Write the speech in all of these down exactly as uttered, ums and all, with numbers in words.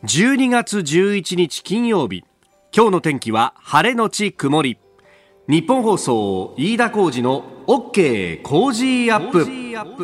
じゅうにがつじゅういちにち金曜日、今日の天気は晴れのち曇り。日本放送飯田浩司の OK コージーアップ。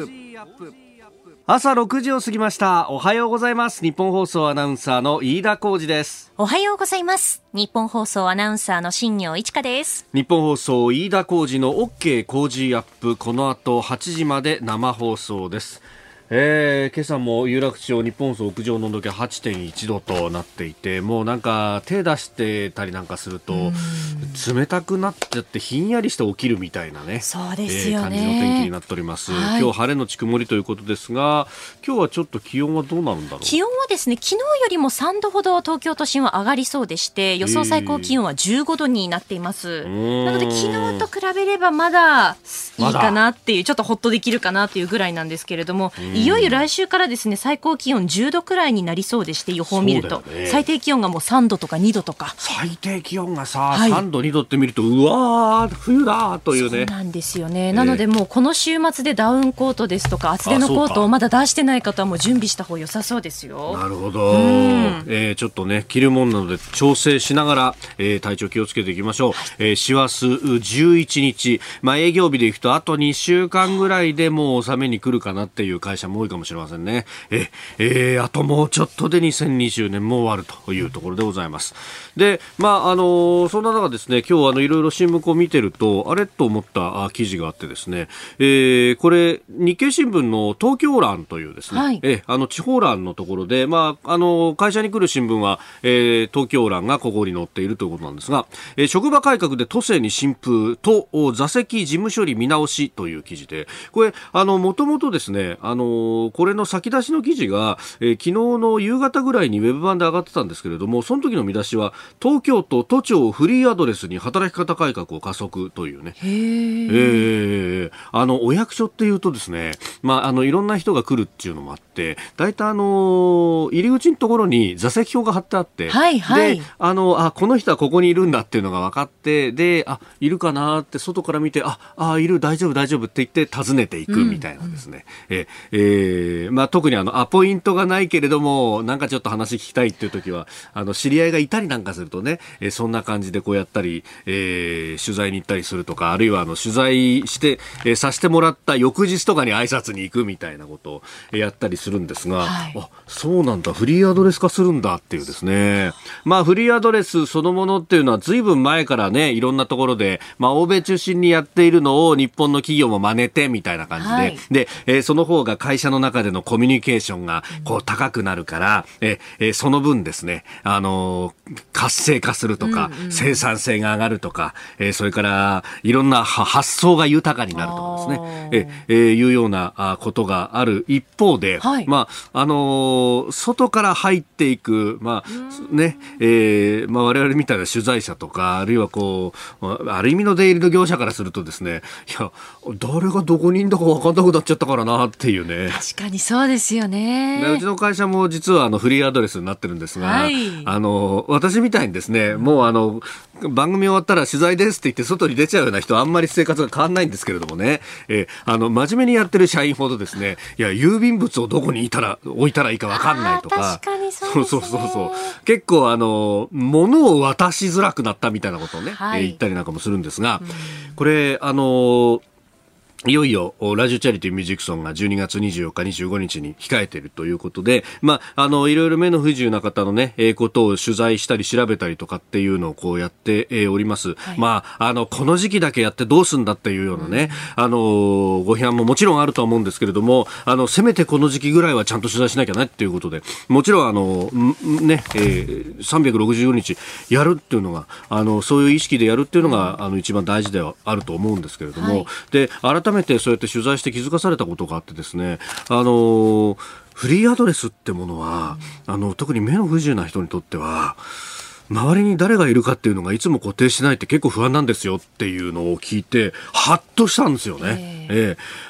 朝ろくじを過ぎました。おはようございます。日本放送アナウンサーの飯田浩司です。 おはようございます。日本放送アナウンサーの新業一華です。 日本放送飯田浩司の OK コージーアップ、この後はちじまで生放送です。えー、今朝も有楽町日本放送屋上の温度計 はちてんいちどとなっていて、もうなんか手出してたりなんかすると冷たくなっちゃってひんやりして起きるみたいなね、 そうですよね、 えー、感じの天気になっております、はい、今日晴れのち曇りということですが、今日はちょっと気温はどうなるんだろう。 気温はですね、昨日よりもさんどほど東京都心は上がりそうでして、予想最高気温はじゅうごどになっています。なので昨日と比べればまだいいかなっていう、ちょっとホッとできるかなっていうぐらいなんですけれども、いよいよ来週からですね、最高気温じゅうどくらいになりそうでして、予報を見ると、ね、最低気温がもうさんどとかにどとか、 最低気温がさ、はい、さんどにどって見るとうわー冬だというね。 そうなんですよね。なのでもうこの週末でダウンコートですとか厚手のコートをまだ出してない方はもう準備した方が良さそうですよ。 なるほど、えー、ちょっとね着るものなので調整しながら、えー、体調気をつけていきましょう。えー、師走じゅういちにち、まあ、営業日でいくとあとにしゅうかんぐらいでもう納めに来るかなっていう会社も多いかもしれませんね。ええー、あともうちょっとでにせんにじゅうねんも終わるというところでございます。で、まああのー、そんな中ですね、今日あのいろいろ新聞を見てるとあれと思った記事があってですね、えー、これ日経新聞の東京欄というですね、はい、えあの地方欄のところで、まああの会社に来る新聞は、えー、東京欄がここに載っているということなんですが、えー、職場改革で都政に新風と座席事務処理見直しという記事で、これあのもともとですね、あのこれの先出しの記事が、えー、昨日の夕方ぐらいにウェブ版で上がってたんですけれども、その時の見出しは東京都都庁フリーアドレスに働き方改革を加速というね。へー、えー、あのお役所っていうとですね、まあ、あのいろんな人が来るっていうのもあって、大体あの入り口のところに座席表が貼ってあって、はいはい、であのあこの人はここにいるんだっていうのが分かって、であいるかなって外から見て、ああいる大丈夫大丈夫って言って訪ねていくみたいなですね、うんうん、ええーまあ、特にあのアポイントがないけれどもなんかちょっと話聞きたいっていう時はあの知り合いがいたりなんかするとね、えー、そんな感じでこうやったり、えー、取材に行ったりするとか、あるいはあの取材して、えー、させてもらった翌日とかに挨拶に行くみたいなことをやったりするんですが、はい、あそうなんだ、フリーアドレス化するんだっていうですね。まあフリーアドレスそのものっていうのは随分前からね、いろんなところで、まあ、欧米中心にやっているのを日本の企業も真似てみたいな感じで、はい、で、えー、その方が会社の中でのコミュニケーションがこう高くなるから、うん、ええその分ですね、あのー、活性化するとか、うんうん、生産性が上がるとか、えー、それからいろんな発想が豊かになるとかですね、ええー、いうようなことがある一方で、はい、まああのー、外から入っていく、まあね、えーまあ、我々みたいな取材者とか、あるいはこうある意味の出入りの業者からするとですね、いや誰がどこにいんだか分かんなくなっちゃったからなっていうね。 確かにそうですよね。 うちの会社も実はあのフリーアドレスになってるんですが、はい、あの私みたいにですね、もうあの番組終わったら取材ですって言って外に出ちゃうような人はあんまり生活が変わんないんですけれどもね、えー、あの真面目にやってる社員ほどですね、いや郵便物をどこにいたら置いたらいいか分かんないとか、 確かにそうですね、 そうそうそうそう、結構あの物を渡しづらくなったみたいなことをね、はい、えー、言ったりなんかもするんですが、うん、これあのいよいよラジオチャリティーミュージックソンがじゅうにがつにじゅうよっかにじゅうごにちに控えているということで、まあ、あのいろいろ目の不自由な方のね、えー、ことを取材したり調べたりとかっていうのをこうやって、えー、おります、はい、まあ、あのこの時期だけやってどうすんだっていうようなね、うん、あのご批判ももちろんあるとは思うんですけれども、あのせめてこの時期ぐらいはちゃんと取材しなきゃねっていうことで、もちろんあのね、えー、さんびゃくろくじゅうごにちやるっていうのが、あのそういう意識でやるっていうのが、うん、あの一番大事ではあると思うんですけれども、はい、で改めてそうやって取材して気づかされたことがあってですね、あのフリーアドレスってものは、うん、あの特に目の不自由な人にとっては周りに誰がいるかっていうのがいつも固定してないって結構不安なんですよっていうのを聞いてハッとしたんですよね。えー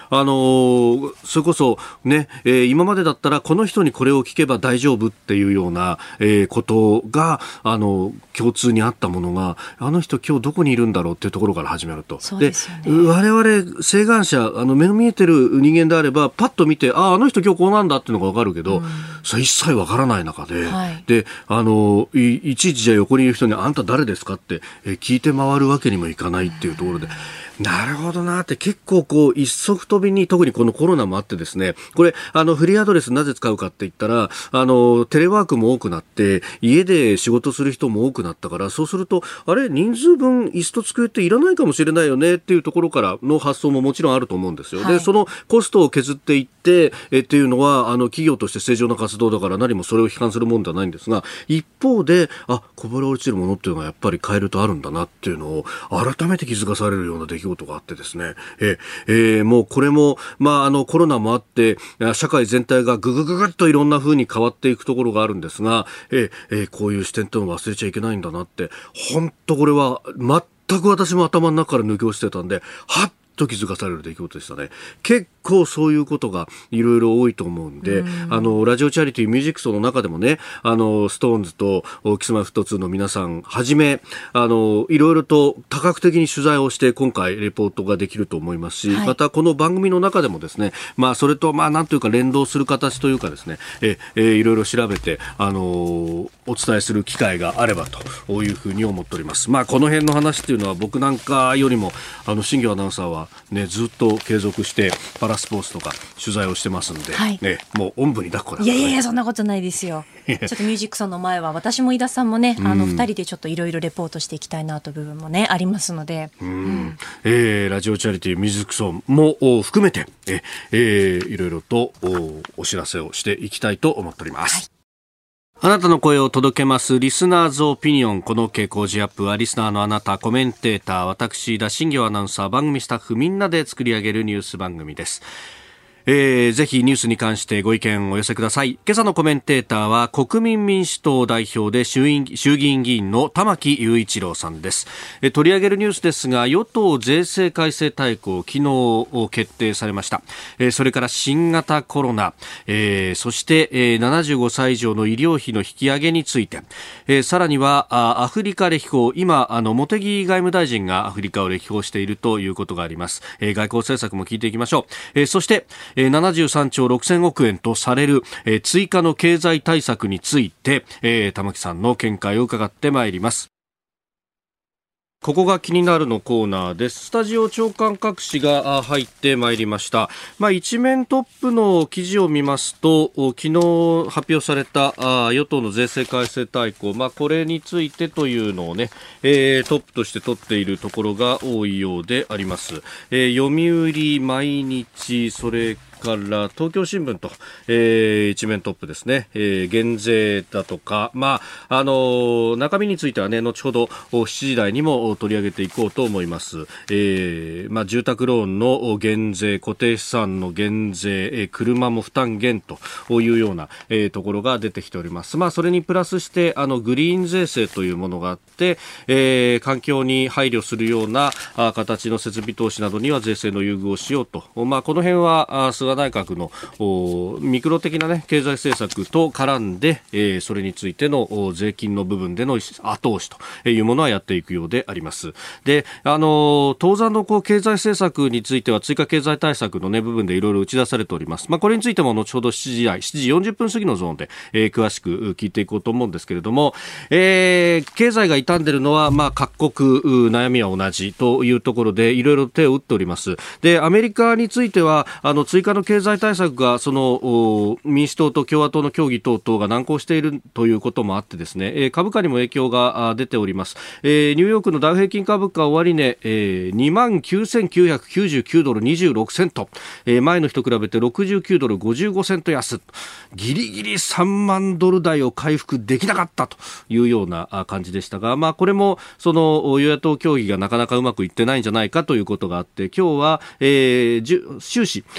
あのー、それこそね、えー、今までだったらこの人にこれを聞けば大丈夫っていうような、えー、ことがあの共通にあったものが、あの人今日どこにいるんだろうっていうところから始まると。 そうですよね。 で、我々晴眼者、あの目の見えてる人間であればパッと見て、ああ、あの人今日こうなんだっていうのが分かるけど、うん、それ一切分からない中で、はい、であの い, いちいちじゃ横にいる人にあんた誰ですかって、えー、聞いて回るわけにもいかないっていうところで、うん、なるほどなって、結構こう一足飛びに、特にこのコロナもあってですね、これあのフリーアドレスなぜ使うかって言ったら、あのテレワークも多くなって家で仕事する人も多くなったから、そうするとあれ人数分椅子と机っていらないかもしれないよねっていうところからの発想ももちろんあると思うんですよ、はい、でそのコストを削っていってえっていうのはあの企業として正常な活動だから何もそれを批判するもんではないんですが、一方であこぼれ落ちるものっていうのはやっぱり変えるとあるんだなっていうのを改めて気づかされるような出来事があってですね、ええー、もうこれも、まあ、あのコロナもあって社会全体がぐぐぐぐっといろんな風に変わっていくところがあるんですが、ええー、こういう視点っていうのを忘れちゃいけないんだなって、本当これは全く私も頭の中から抜け落ちてたんで、はっと気づかされる出来事でしたね。結構そういうことがいろいろ多いと思うんで、うんあのラジオチャリティーミュージックソーの中でもね、あのストーンズとキスマイフットツーの皆さんはじめ、あのいろいろと多角的に取材をして今回レポートができると思いますし、はい、またこの番組の中でもですね、まあそれとまあなんというか連動する形というかですね、ええいろいろ調べてあのお伝えする機会があればというふうに思っております。まあこの辺の話っていうのは僕なんかよりもあの新業アナウンサーはねずっと継続してパラスポーツとか取材をしてますんで、はいね、もうおんぶに抱っこだから、ね、 いやいやそんなことないですよちょっとミュージックソンの前は私も井田さんもね、あのふたりでちょっといろいろレポートしていきたいなという部分もねありますので、うんうんえー、ラジオチャリティーミュージックソンも含めてえ、えー、いろいろと お, お知らせをしていきたいと思っております、はい。あなたの声を届けますリスナーズオピニオン。この傾向時アップはリスナーのあなた、コメンテーター、私田新行アナウンサー、番組スタッフみんなで作り上げるニュース番組です。えー、ぜひニュースに関してご意見をお寄せください。今朝のコメンテーターは国民民主党代表で衆院、衆議院議員の玉木雄一郎さんです。えー、取り上げるニュースですが、与党税制改正大綱昨日決定されました。えー、それから新型コロナ、えー、そして、えー、ななじゅうごさい以上の医療費の引き上げについて、えー、さらにはあアフリカ歴訪、今あの茂木外務大臣がアフリカを歴訪しているということがあります。えー、外交政策も聞いていきましょう。えー、そしてななじゅうさんちょうろくせんおくえんとされる、えー、追加の経済対策について、えー、玉木さんの見解を伺ってまいります。ここが気になるのコーナーです。スタジオ長官各紙が入ってまいりました。まあ、一面トップの記事を見ますと、昨日発表された与党の税制改正大綱、まあ、これについてというのをね、えー、トップとして取っているところが多いようであります。えー、読売、毎日、それから東京新聞と、えー、一面トップですね、えー、減税だとか、まああのー、中身についてはね後ほどしちじ台にも取り上げていこうと思います。えーまあ、住宅ローンの減税、固定資産の減税、えー、車も負担減というような、えー、ところが出てきております。まあ、それにプラスしてあのグリーン税制というものがあって、えー、環境に配慮するようなあ形の設備投資などには税制の優遇をしようと、まあ、この辺はあ菅内閣のミクロ的な、ね、経済政策と絡んで、えー、それについての税金の部分での後押しというものはやっていくようであります。で、あの当座のこう経済政策については追加経済対策の、ね、部分でいろいろ打ち出されております。まあ、これについても後ほどしちじ台、しちじよんじゅっぷん過ぎのゾーンで、えー、詳しく聞いていこうと思うんですけれども、えー、経済が傷んでいるのは、まあ、各国悩みは同じというところでいろいろ手を打っております。で、アメリカについてはあの追加の経済対策がその民主党と共和党の協議等々が難航しているということもあってですね、えー、株価にも影響が出ております。えー、ニューヨークのダウ平均株価終値、えー、にまんきゅうせんきゅうひゃくきゅうじゅうきゅうドルにじゅうろくセント、えー、前の日と比べてろくじゅうきゅうドルごじゅうごセント安、ギリギリさんまんドル台を回復できなかったというような感じでしたが、まあ、これもその与野党協議がなかなかうまくいってないんじゃないかということがあって、今日は、えー、終始、えー、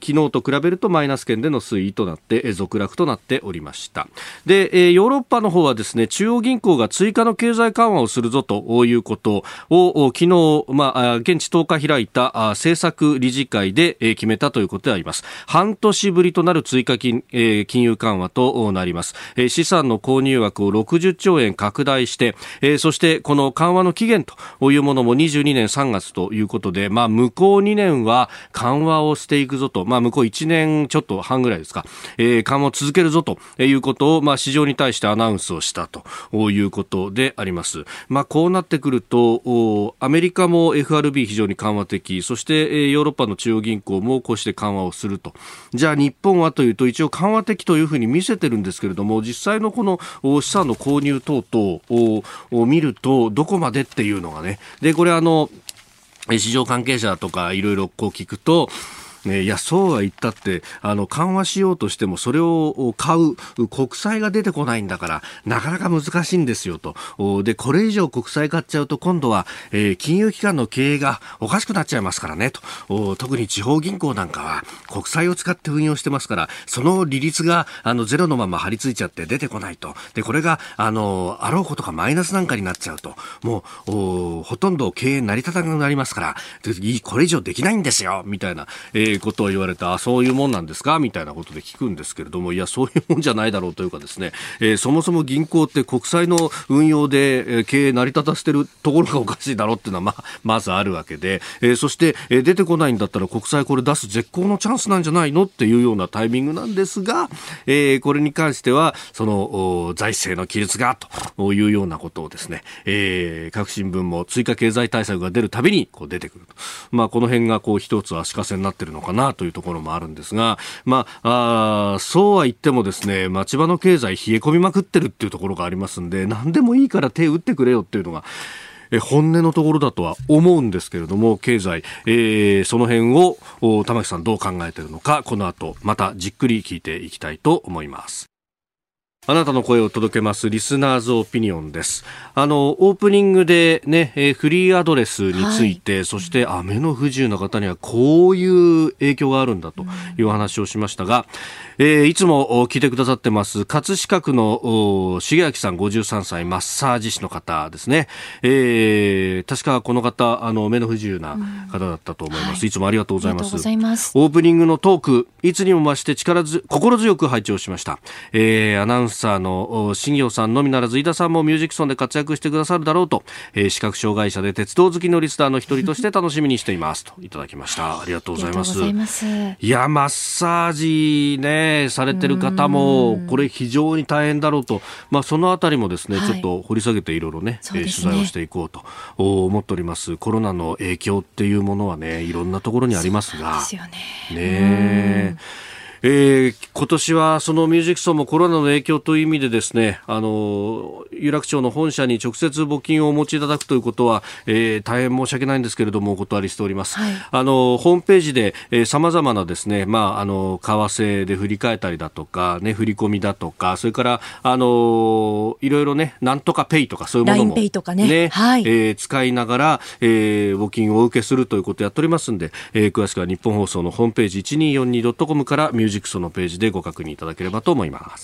昨日と比べるとマイナス圏での推移となって、えー、続落となっておりました。で、えー、ヨーロッパの方はですね、中央銀行が追加の経済緩和をするぞということを昨日、まあ、現地とおか開いた政策理事会で決めたということであります。半年ぶりとなる追加 金,、えー、金融緩和となります。えー、資産の購入額をろくじゅっちょうえん拡大して、えー、そしてこの緩和の期限というものもにじゅうにねんさんがつということで、まあ、向こうにねんは緩和をしていくぞと、まあ、向こういちねんちょっと半ぐらいですか、えー、緩和を続けるぞということを、まあ、市場に対してアナウンスをしたということであります。まあ、こうなってくるとアメリカも エフアールビー 非常に緩和的、そしてヨーロッパの中央銀行もこうして緩和をすると。じゃあ日本はというと、一応緩和的というふうに見せてるんですけれども、実際のこの資産の購入等々を見るとどこまでっていうのがね、でこれあの市場関係者とかいろいろこう聞くと、いやそうは言ったってあの緩和しようとしてもそれを買う国債が出てこないんだからなかなか難しいんですよと。でこれ以上国債買っちゃうと今度は、えー、金融機関の経営がおかしくなっちゃいますからねと。特に地方銀行なんかは国債を使って運用してますから、その利率があのゼロのまま張り付いちゃって出てこないと。でこれがあのあろうことかマイナスなんかになっちゃうと、もうほとんど経営成り立たなくなりますから、これ以上できないんですよみたいな、えーことを言われた。あ、そういうもんなんですかみたいなことで聞くんですけれども、いやそういうもんじゃないだろうというかですね、えー、そもそも銀行って国債の運用で、えー、経営成り立たせてるところがおかしいだろうっていうのは ま, まずあるわけで、えー、そして、えー、出てこないんだったら国債これ出す絶好のチャンスなんじゃないのっていうようなタイミングなんですが、えー、これに関してはその財政の規律がというようなことをですね、えー、各新聞も追加経済対策が出るたびにこう出てくると。まあ、この辺がこう一つ足かせになってるのかなというところもあるんですが、まあ、あそうは言ってもですね、町場の経済冷え込みまくってるっていうところがありますんで、何でもいいから手打ってくれよっていうのが本音のところだとは思うんですけれども、経済、えー、その辺を玉木さんどう考えているのか、この後またじっくり聞いていきたいと思います。あなたの声を届けますリスナーズオピニオンです。あのオープニングでね、えー、フリーアドレスについて、はい、そしてあ目の不自由な方にはこういう影響があるんだという話をしましたが、うんえー、いつも聞いてくださってます葛飾区の重明さんごじゅうさんさいマッサージ師の方ですね、えー、確かこの方あの目の不自由な方だったと思います、うんはい、いつもありがとうございます。ありがとうございます。オープニングのトークいつにも増して力ず心強く拝聴しました。えー、アナウンサーの新業さんのみならず飯田さんもミュージックソンで活躍してくださるだろうと、えー、視覚障害者で鉄道好きのリスナーの一人として楽しみにしていますといただきましたありがとうございます。いやマッサージねされてる方もこれ非常に大変だろうと、まあ、そのあたりもですね、はい、ちょっと掘り下げていろいろね、えー、取材をしていこうと思っております。コロナの影響っていうものはねいろんなところにありますが、そうですよね。ねえー、今年はそのミュージックソンもコロナの影響という意味でですね、あの有楽町の本社に直接募金をお持ちいただくということは、えー、大変申し訳ないんですけれどもお断りしております、はい、あのホームページでさまざまなですね、まあ、あの為替で振り替えたりだとか、ね、振り込みだとか、それからあのいろいろねなんとかペイとかそういうものも、ね、ラインペイとかね、はいえー、使いながら、えー、募金をお受けするということをやっておりますので、えー、詳しくは日本放送のホームページ いちにーよんにードットコム からミュージックソンのページでご確認いただければと思います。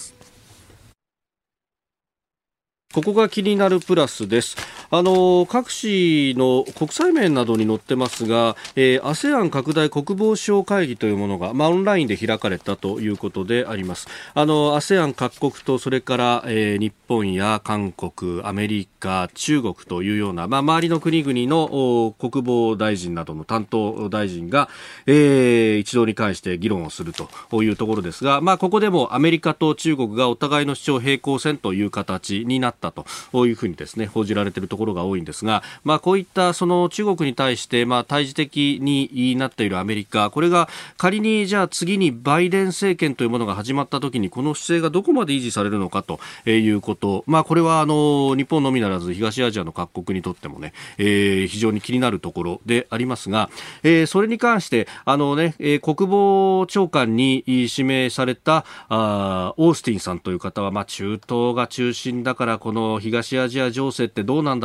ここが気になるプラスです。あの各紙の国際面などに載ってますが、えー、アセアン 拡大国防相会議というものが、まあ、オンラインで開かれたということであります。あの アセアン 各国とそれから、えー、日本や韓国、アメリカ、中国というような、まあ、周りの国々の国防大臣などの担当大臣が、えー、一堂に会して議論をするというところですが、まあ、ここでもアメリカと中国がお互いの主張平行線という形になったというふうにですね報じられているところが多いんですが、まあ、こういったその中国に対して、まあ、対峙的になっているアメリカ、これが仮にじゃあ次にバイデン政権というものが始まったときにこの姿勢がどこまで維持されるのかということ、まあ、これはあの日本のみならず東アジアの各国にとってもね、えー、非常に気になるところでありますが、えー、それに関してあの、ねえー、国防長官に指名されたあオースティンさんという方は、まあ、中東が中心だからこの東アジア情勢ってどうなんだ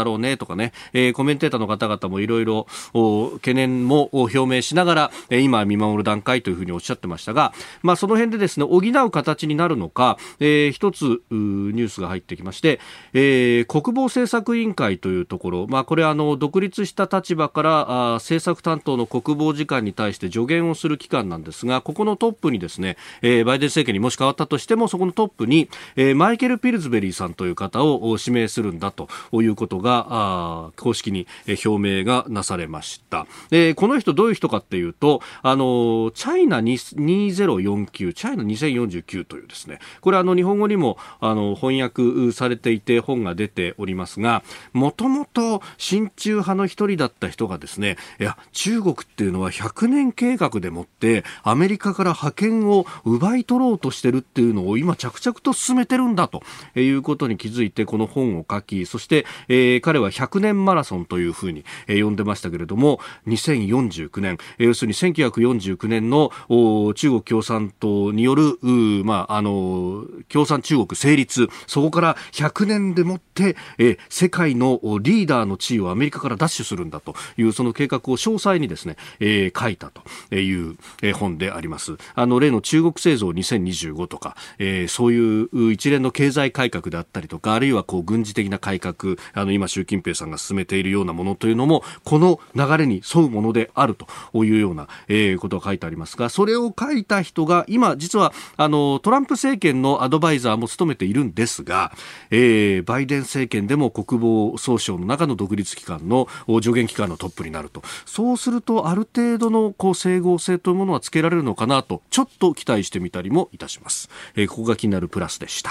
だろうねとかね、えー、コメンテーターの方々もいろいろ懸念も表明しながら、えー、今見守る段階というふうにおっしゃってましたが、まあ、その辺でですね補う形になるのか、えー、一つニュースが入ってきまして、えー、国防政策委員会というところ、まあ、これはあの独立した立場からあ政策担当の国防次官に対して助言をする機関なんですが、ここのトップにですね、えー、バイデン政権にもし変わったとしてもそこのトップに、えー、マイケル・ピルズベリーさんという方を指名するんだということがあ公式に表明がなされました。えー、この人どういう人かっていうと、あのチャイナにせんよんじゅうきゅうチャイナにせんよんじゅうきゅうというですね、これあの日本語にもあの翻訳されていて本が出ておりますが、もともと親中派の一人だった人がですね、いや中国っていうのはひゃくねん計画でもってアメリカから覇権を奪い取ろうとしてるっていうのを今着々と進めてるんだということに気づいてこの本を書き、そして、えー、彼はひゃくねんマラソンというふうに、えー、呼んでましたけれども、にせんよんじゅうきゅうねん、えー、要するにせんきゅうひゃくよんじゅうきゅうねんの中国共産党による、まあ、あの共産中国成立、そこからひゃくねんでもって、えー、世界のリーダーの地位をアメリカから奪取するんだというその計画を詳細にですね、えー、書いたという、えー、本であります。あの例の中国製造にせんにじゅうごとか、えー、そういう一連の経済改革であったりとか、あるいはこう軍事的な改革、あの今習近平さんが進めているようなものというのもこの流れに沿うものであるというような、えー、ことが書いてありますが、それを書いた人が今実はあのトランプ政権のアドバイザーも務めているんですが、えー、バイデン政権でも国防総省の中の独立機関の助言機関のトップになると、そうするとある程度のこう整合性というものはつけられるのかなとちょっと期待してみたりもいたします。えー、ここが気になるプラスでした。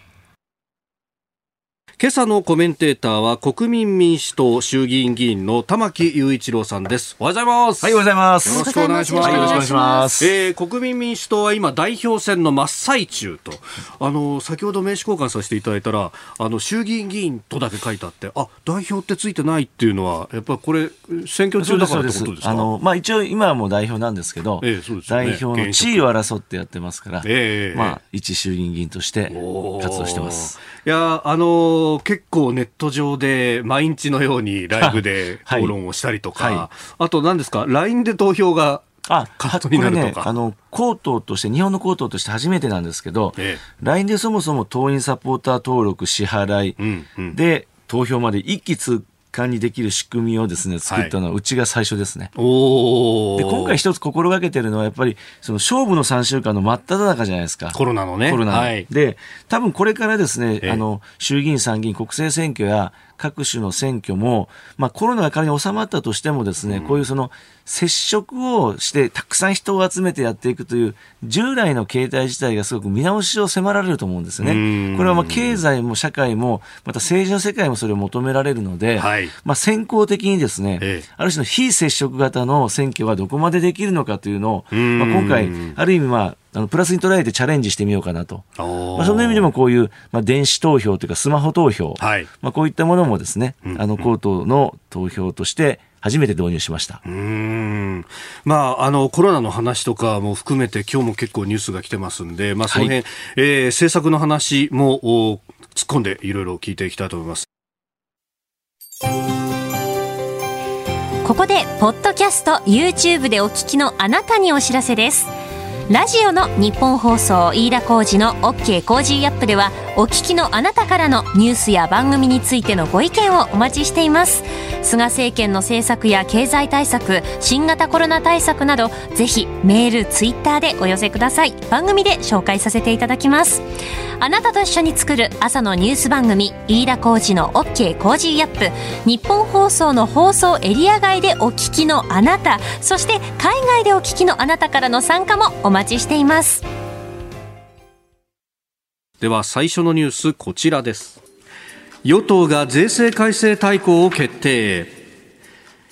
今朝のコメンテーターは国民民主党衆議院議員の玉木雄一郎さんです。おはようございます。 はい、おはようございます。 よろしくお願いします。 はい、よろしくお願いします。 えー、国民民主党は今代表選の真っ最中と、あの先ほど名刺交換させていただいたら、あの衆議院議員とだけ書いてあって、あ、代表ってついてないっていうのはやっぱりこれ選挙中だからってことですか。 あの、まあ、一応今はもう代表なんですけど、 えーそうですよね、 代表の地位を争ってやってますから、 えーまあ、一衆議院議員として活動してます。 いや、あの結構ネット上で毎日のようにライブで討論をしたりとか、はいはい、あと何ですか ライン で投票があ、 カットになるとか、 これね、あの公党として日本の公党として初めてなんですけど、ええ、ライン でそもそも党員サポーター登録支払い、うんうん、で投票まで一気通管にできる仕組みをですね作ったのはうちが最初ですね。はい、おで今回一つ心がけてるのはやっぱりその勝負のさんしゅうかんの真っ只中じゃないですか。 コロナのね。 コロナの、 はい、 で多分これからですね、 ええ、 あの衆議院参議院国政選挙や各種の選挙も、まあ、コロナが仮に収まったとしてもですね、うん、こういうその接触をしてたくさん人を集めてやっていくという従来の形態自体がすごく見直しを迫られると思うんですね。これはまあ経済も社会もまた政治の世界もそれを求められるので、はい、まあ、先行的にですね、ええ、ある種の非接触型の選挙はどこまでできるのかというのを、まあ、今回ある意味まああのプラスに捉えてチャレンジしてみようかなと。まあ、その意味でもこういう、まあ、電子投票というかスマホ投票、はい、まあ、こういったものもですね、うんうん、あの公党の投票として初めて導入しました。 うーん、まあ、あのコロナの話とかも含めて今日も結構ニュースが来てますんで、まあ、その辺、はい、えー、政策の話も突っ込んでいろいろ聞いていきたいと思います。 ここでポッドキャスト YouTube でお聞きのあなたにお知らせです。ラジオの日本放送飯田浩司の OK コージーアップではお聞きのあなたからのニュースや番組についてのご意見をお待ちしています。菅政権の政策や経済対策、新型コロナ対策などぜひメール、ツイッターでお寄せください。番組で紹介させていただきます。あなたと一緒に作る朝のニュース番組飯田浩司の OK コージーアップ、日本放送の放送エリア外でお聞きのあなた、そして海外でお聞きのあなたからの参加もお待ちしています。 では最初のニュースこちらです。与党が税制改正大綱を決定。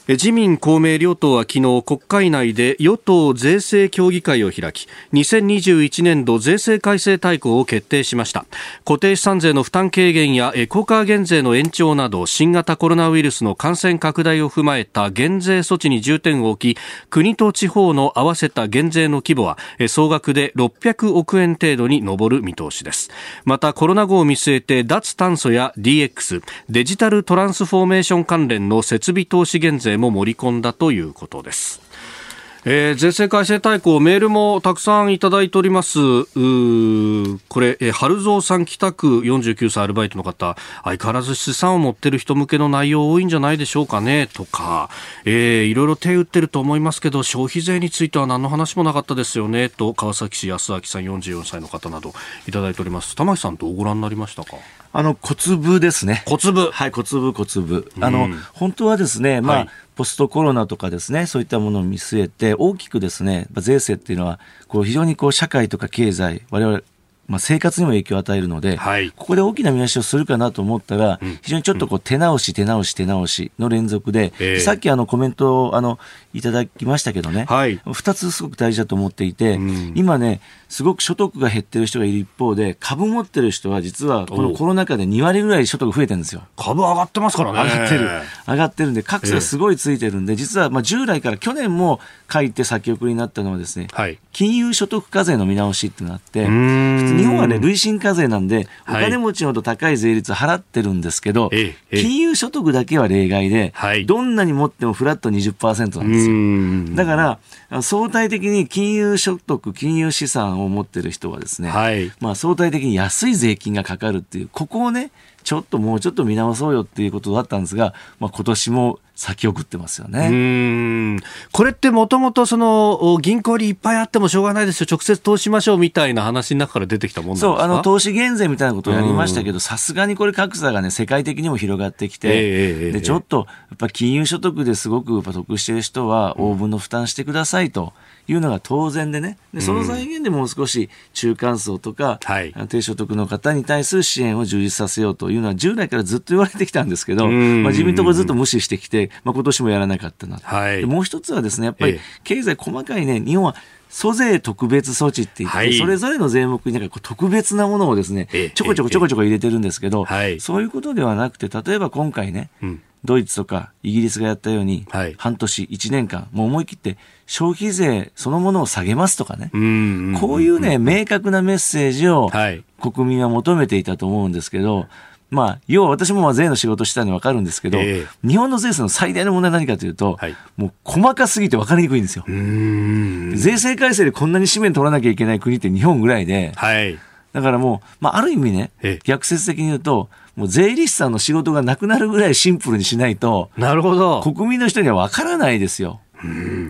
自民公明両党は昨日国会内で与党税制協議会を開きにせんにじゅういちねんど税制改正大綱を決定しました。固定資産税の負担軽減やエコカー減税の延長など新型コロナウイルスの感染拡大を踏まえた減税措置に重点を置き、国と地方の合わせた減税の規模は総額でろっぴゃくおくえん程度に上る見通しです。またコロナ後を見据えて脱炭素や ディーエックス デジタルトランスフォーメーション関連の設備投資減税も盛り込んだということです。えー、税制改正大綱メールもたくさんいただいております。うーこれ、えー、春蔵さん北区よんじゅうきゅうさいアルバイトの方、相変わらず資産を持ってる人向けの内容多いんじゃないでしょうかねとか、えー、いろいろ手打ってると思いますけど消費税については何の話もなかったですよねと川崎市安明さんよんじゅうよんさいの方などいただいております。玉木さんどうご覧になりましたか？ あの小粒ですね。 小粒、 はい、小粒小粒。あの、うん、本当はですね、まあ、はい、ポストコロナとかですね、そういったものを見据えて大きくですね、税制っていうのはこう非常にこう社会とか経済、我々まあ、生活にも影響を与えるので、はい、ここで大きな見直しをするかなと思ったら、うん、非常にちょっとこう手直し手直し手直しの連続で、えー、さっきあのコメントをあのいただきましたけどね、はい、ふたつすごく大事だと思っていて、うん、今ねすごく所得が減ってる人がいる一方で株持ってる人は実はこのコロナ禍でにわりぐらい所得増えてるんですよ。 株上がってますからね。 上がってる上がってるんで格差がすごいついてるんで、えー、実はまあ従来から去年も書いて先送りになったのはですね、はい、金融所得課税の見直しっていうのがあって、普通日本はね累進課税なんでお金持ちほど高い税率払ってるんですけど、はい、金融所得だけは例外で、はい、どんなに持ってもフラット にじゅっパーセント なんですよ。だから相対的に金融所得金融資産を持ってる人はですね、はい、まあ、相対的に安い税金がかかるっていう、ここをねちょっともうちょっと見直そうよっていうことだったんですが、まあ、今年も先送ってますよね。 うーん、これってもともとその銀行にいっぱいあってもしょうがないですよ、直接投資しましょうみたいな話の中から出てきたもんなんですか？ そう、あの投資減税みたいなことをやりましたけど、さすがにこれ格差がね世界的にも広がってきて、えー、でちょっとやっぱ金融所得ですごくやっぱ得している人は応分の負担してくださいというのが当然でね、でその財源でもう少し中間層とか、はい、低所得の方に対する支援を充実させようというのは従来からずっと言われてきたんですけど、まあ、自民党がずっと無視してきて、まあ、今年もやらなかったな、はい、でもう一つはですね、やっぱり経済細かいね、日本は租税特別措置って言って、はい、それぞれの税目になんかこう特別なものをですねちょこちょこちょこちょこ入れてるんですけど、はい、そういうことではなくて、例えば今回ね、うん、ドイツとかイギリスがやったように、はい、半年いちねんかんもう思い切って消費税そのものを下げますとかね、うんうんうん、こういうね明確なメッセージを国民は求めていたと思うんですけど、まあ、要は私もまあ税の仕事したんで分かるんですけど、えー、日本の税制の最大の問題は何かというと、はい、もう細かすぎて分かりにくいんですよ。うーん、税制改正でこんなに紙面取らなきゃいけない国って日本ぐらいで、はい、だからもう、まあ、ある意味ね、逆説的に言うともう税理士さんの仕事がなくなるぐらいシンプルにしないと、なるほど、国民の人には分からないですよ。うん、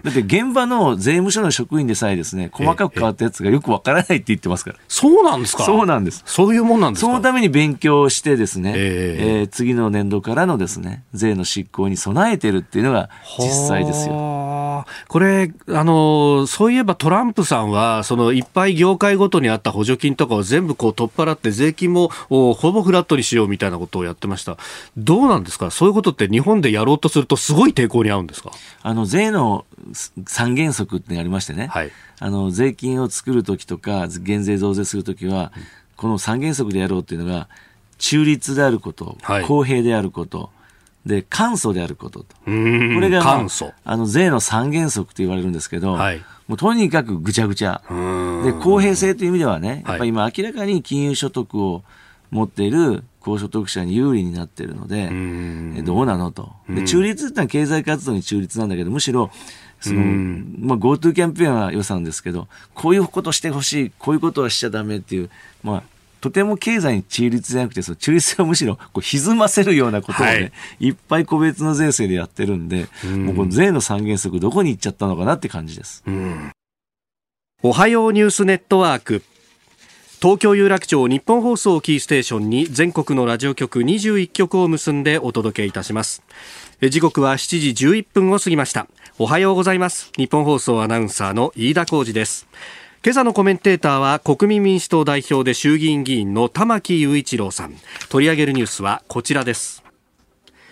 だって現場の税務署の職員でさえですね、細かく変わったやつがよくわからないって言ってますから。 そうなんですか？ そうなんです。 そういうもんなんですか？ そのために勉強してですね、えーえー、次の年度からのですね税の執行に備えてるっていうのが実際ですよ。 これあのそういえばトランプさんはそのいっぱい業界ごとにあった補助金とかを全部こう取っ払って税金もほぼフラットにしようみたいなことをやってました。どうなんですか？そういうことって日本でやろうとするとすごい抵抗に遭うんですか？ あの税の三原則ってありましてね、はい、あの税金を作るときとか減税増税するときは、うん、この三原則でやろうっていうのが中立であること、はい、公平であることで簡素であることと、これが、まあ、簡素、あの税の三原則と言われるんですけど、はい、もうとにかくぐちゃぐちゃで、公平性という意味ではね、やっぱり今明らかに金融所得を持っている高所得者に有利になっているので、うどうなのと。で、中立ってのは経済活動に中立なんだけど、むしろその、まあ、GoTo キャンペーンは予算ですけど、こういうことしてほしい、こういうことはしちゃダメっていう、まあ、とても経済に中立じゃなくて、その中立はむしろこう歪ませるようなことをね、はい、いっぱい個別の税制でやってるんで、んもうこの税の三原則どこに行っちゃったのかなって感じです。うん、 おはようニュースネットワーク、東京有楽町日本放送キーステーションに全国のラジオ局にじゅういっきょくを結んでお届けいたします。時刻はしちじじゅういっぷんを過ぎました。おはようございます。日本放送アナウンサーの飯田浩司です。今朝のコメンテーターは国民民主党代表で衆議院議員の玉木雄一郎さん。取り上げるニュースはこちらです。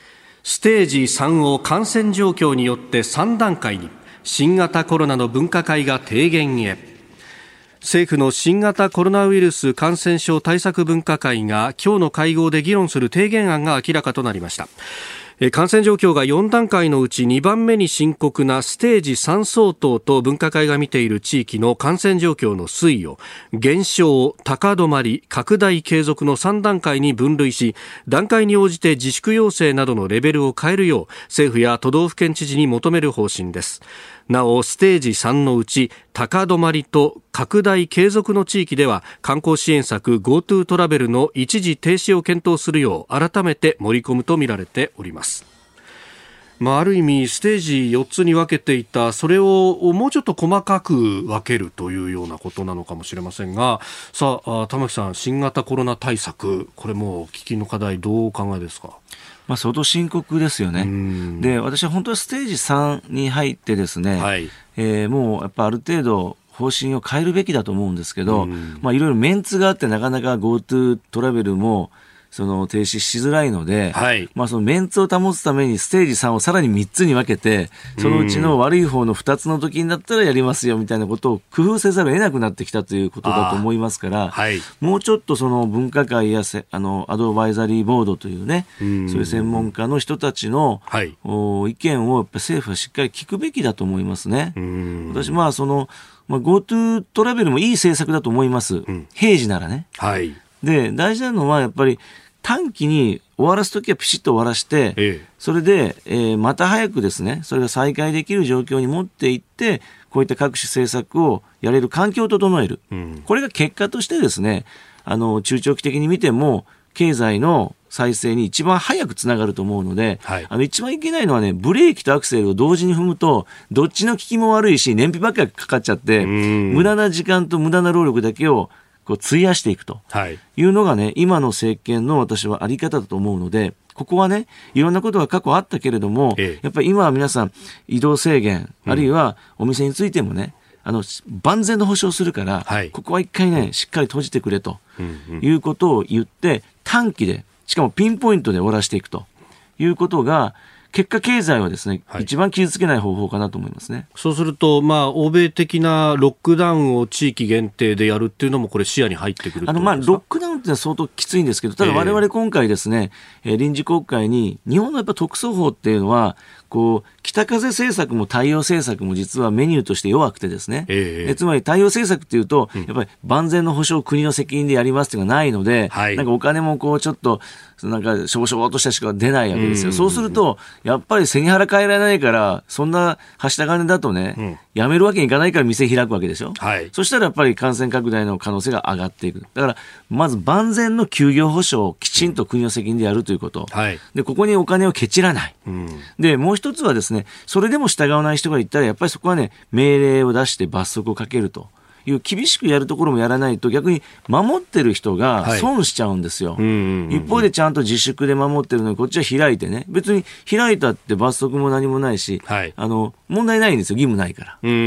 ステージさんを感染状況によってさん段階に。新型コロナの分科会が提言へ。政府の新型コロナウイルス感染症対策分科会が今日の会合で議論する提言案が明らかとなりました。感染状況がよん段階のうちにばんめに深刻なステージさん相当と分科会が見ている地域の感染状況の推移を減少、高止まり、拡大継続のさん段階に分類し、段階に応じて自粛要請などのレベルを変えるよう政府や都道府県知事に求める方針です。なおステージさんのうち高止まりと拡大継続の地域では観光支援策 GoTo トラベルの一時停止を検討するよう改めて盛り込むとみられております。まあ、ある意味ステージよっつに分けていたそれをもうちょっと細かく分けるというようなことなのかもしれませんが、さあ玉木さん、新型コロナ対策、これも喫緊の課題どうお考えですか？ まあ、相当深刻ですよね。で、私は本当はステージさんに入ってですね、はい、えー、もうやっぱある程度方針を変えるべきだと思うんですけど、まあ、いろいろメンツがあってなかなか GoTo トラベルもその停止しづらいので、はい、まあ、そのメンツを保つためにステージさんをさらにみっつに分けて、そのうちの悪い方のふたつの時になったらやりますよみたいなことを工夫せざるを得なくなってきたということだと思いますから、はい、もうちょっとその分科会やせあのアドバイザリーボードというね、そういう専門家の人たちの、はい、意見をやっぱ政府はしっかり聞くべきだと思いますね。私まあその、まあ、GoTo トラベルもいい政策だと思います、うん、平時ならね、はい、で大事なのはやっぱり短期に終わらすときはピシッと終わらして、ええ、それで、えー、また早くですね、それが再開できる状況に持っていって、こういった各種政策をやれる環境を整える、うん、これが結果としてですね、あの中長期的に見ても経済の再生に一番早くつながると思うので、はい、あの一番いけないのはね、ブレーキとアクセルを同時に踏むとどっちの効きも悪いし燃費ばっかりかかっちゃって、無駄な時間と無駄な労力だけをこう費やしていくというのがね、今の政権の私はあり方だと思うので、ここはね、いろんなことが過去あったけれども、ええ、やっぱり今は皆さん移動制限、うん、あるいはお店についてもね、あの万全の保証するから、はい、ここは一回ね、しっかり閉じてくれということを言って、短期でしかもピンポイントで終わらせていくということが、結果経済はですね、はい、一番傷つけない方法かなと思いますね。 そうすると、まあ、欧米的なロックダウンを地域限定でやるっていうのもこれ視野に入ってくるってことですか？あの、まあ、 ロックダウンってのは相当きついんですけど、ただ我々今回ですね、えー、臨時国会に日本のやっぱ特措法っていうのはこう北風政策も太陽政策も実はメニューとして弱くてですね、えー、えつまり太陽政策っていうと、うん、やっぱり万全の保障を国の責任でやりますっていうのがないので、はい、なんかお金もこうちょっとなんかしょぼしょぼとしたしか出ないわけですよ。そうするとやっぱり背に腹変えられないから、そんなはした金だとね、うん、やめるわけにいかないから店開くわけでしょ、はい、そしたらやっぱり感染拡大の可能性が上がっていく。だからまず万全の休業保障をきちんと国の責任でやるということ、はい、でここにお金をケチらない、うん、でもう一つはですね、それでも従わない人がいたらやっぱりそこはね、命令を出して罰則をかけるという厳しくやるところもやらないと、逆に守ってる人が損しちゃうんですよ、はい、うんうんうん、一方でちゃんと自粛で守ってるのにこっちは開いてね、別に開いたって罰則も何もないし、はい、あの問題ないんですよ、義務ないから。うんうん、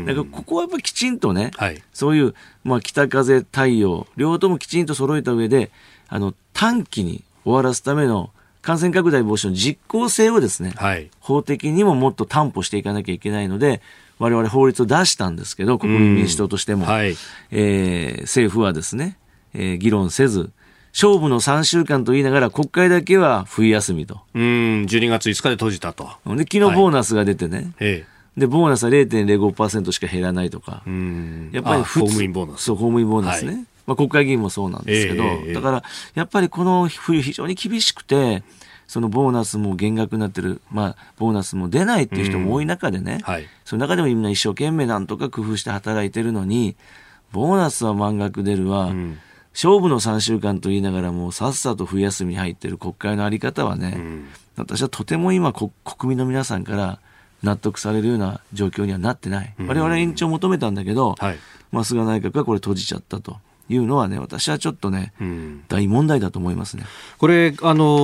だからここはやっぱりきちんとね、はい、そういう、まあ、北風太陽両方ともきちんと揃えた上で、あの短期に終わらすための感染拡大防止の実効性をですね、はい、法的にももっと担保していかなきゃいけないので、我々法律を出したんですけど、国民民主党としても、はい、えー、政府はですね、えー、議論せず、勝負のさんしゅうかんと言いながら国会だけは冬休みと。 うん、じゅうにがついつかで閉じたと。 で昨日ボーナスが出てね、はい、でボーナスは れいてんれいごパーセント しか減らないとか、うん、やっぱり公務員ボーナス。 そう、公務員ボーナスね、はい、まあ、国会議員もそうなんですけど、えー、だからやっぱりこの冬非常に厳しくて、そのボーナスも減額になってる、まあ、ボーナスも出ないっていう人も多い中でね、うん、はい、その中でもみんな一生懸命なんとか工夫して働いてるのに、ボーナスは満額出るわ、うん、勝負のさんしゅうかんと言いながらもうさっさと冬休みに入ってる国会のあり方はね、うん、私はとても今国民の皆さんから納得されるような状況にはなってない、うん、我々は延長を求めたんだけど、はい、まあ、菅内閣がこれ閉じちゃったというのはね、私はちょっとね、うん、大問題だと思いますね。 これあの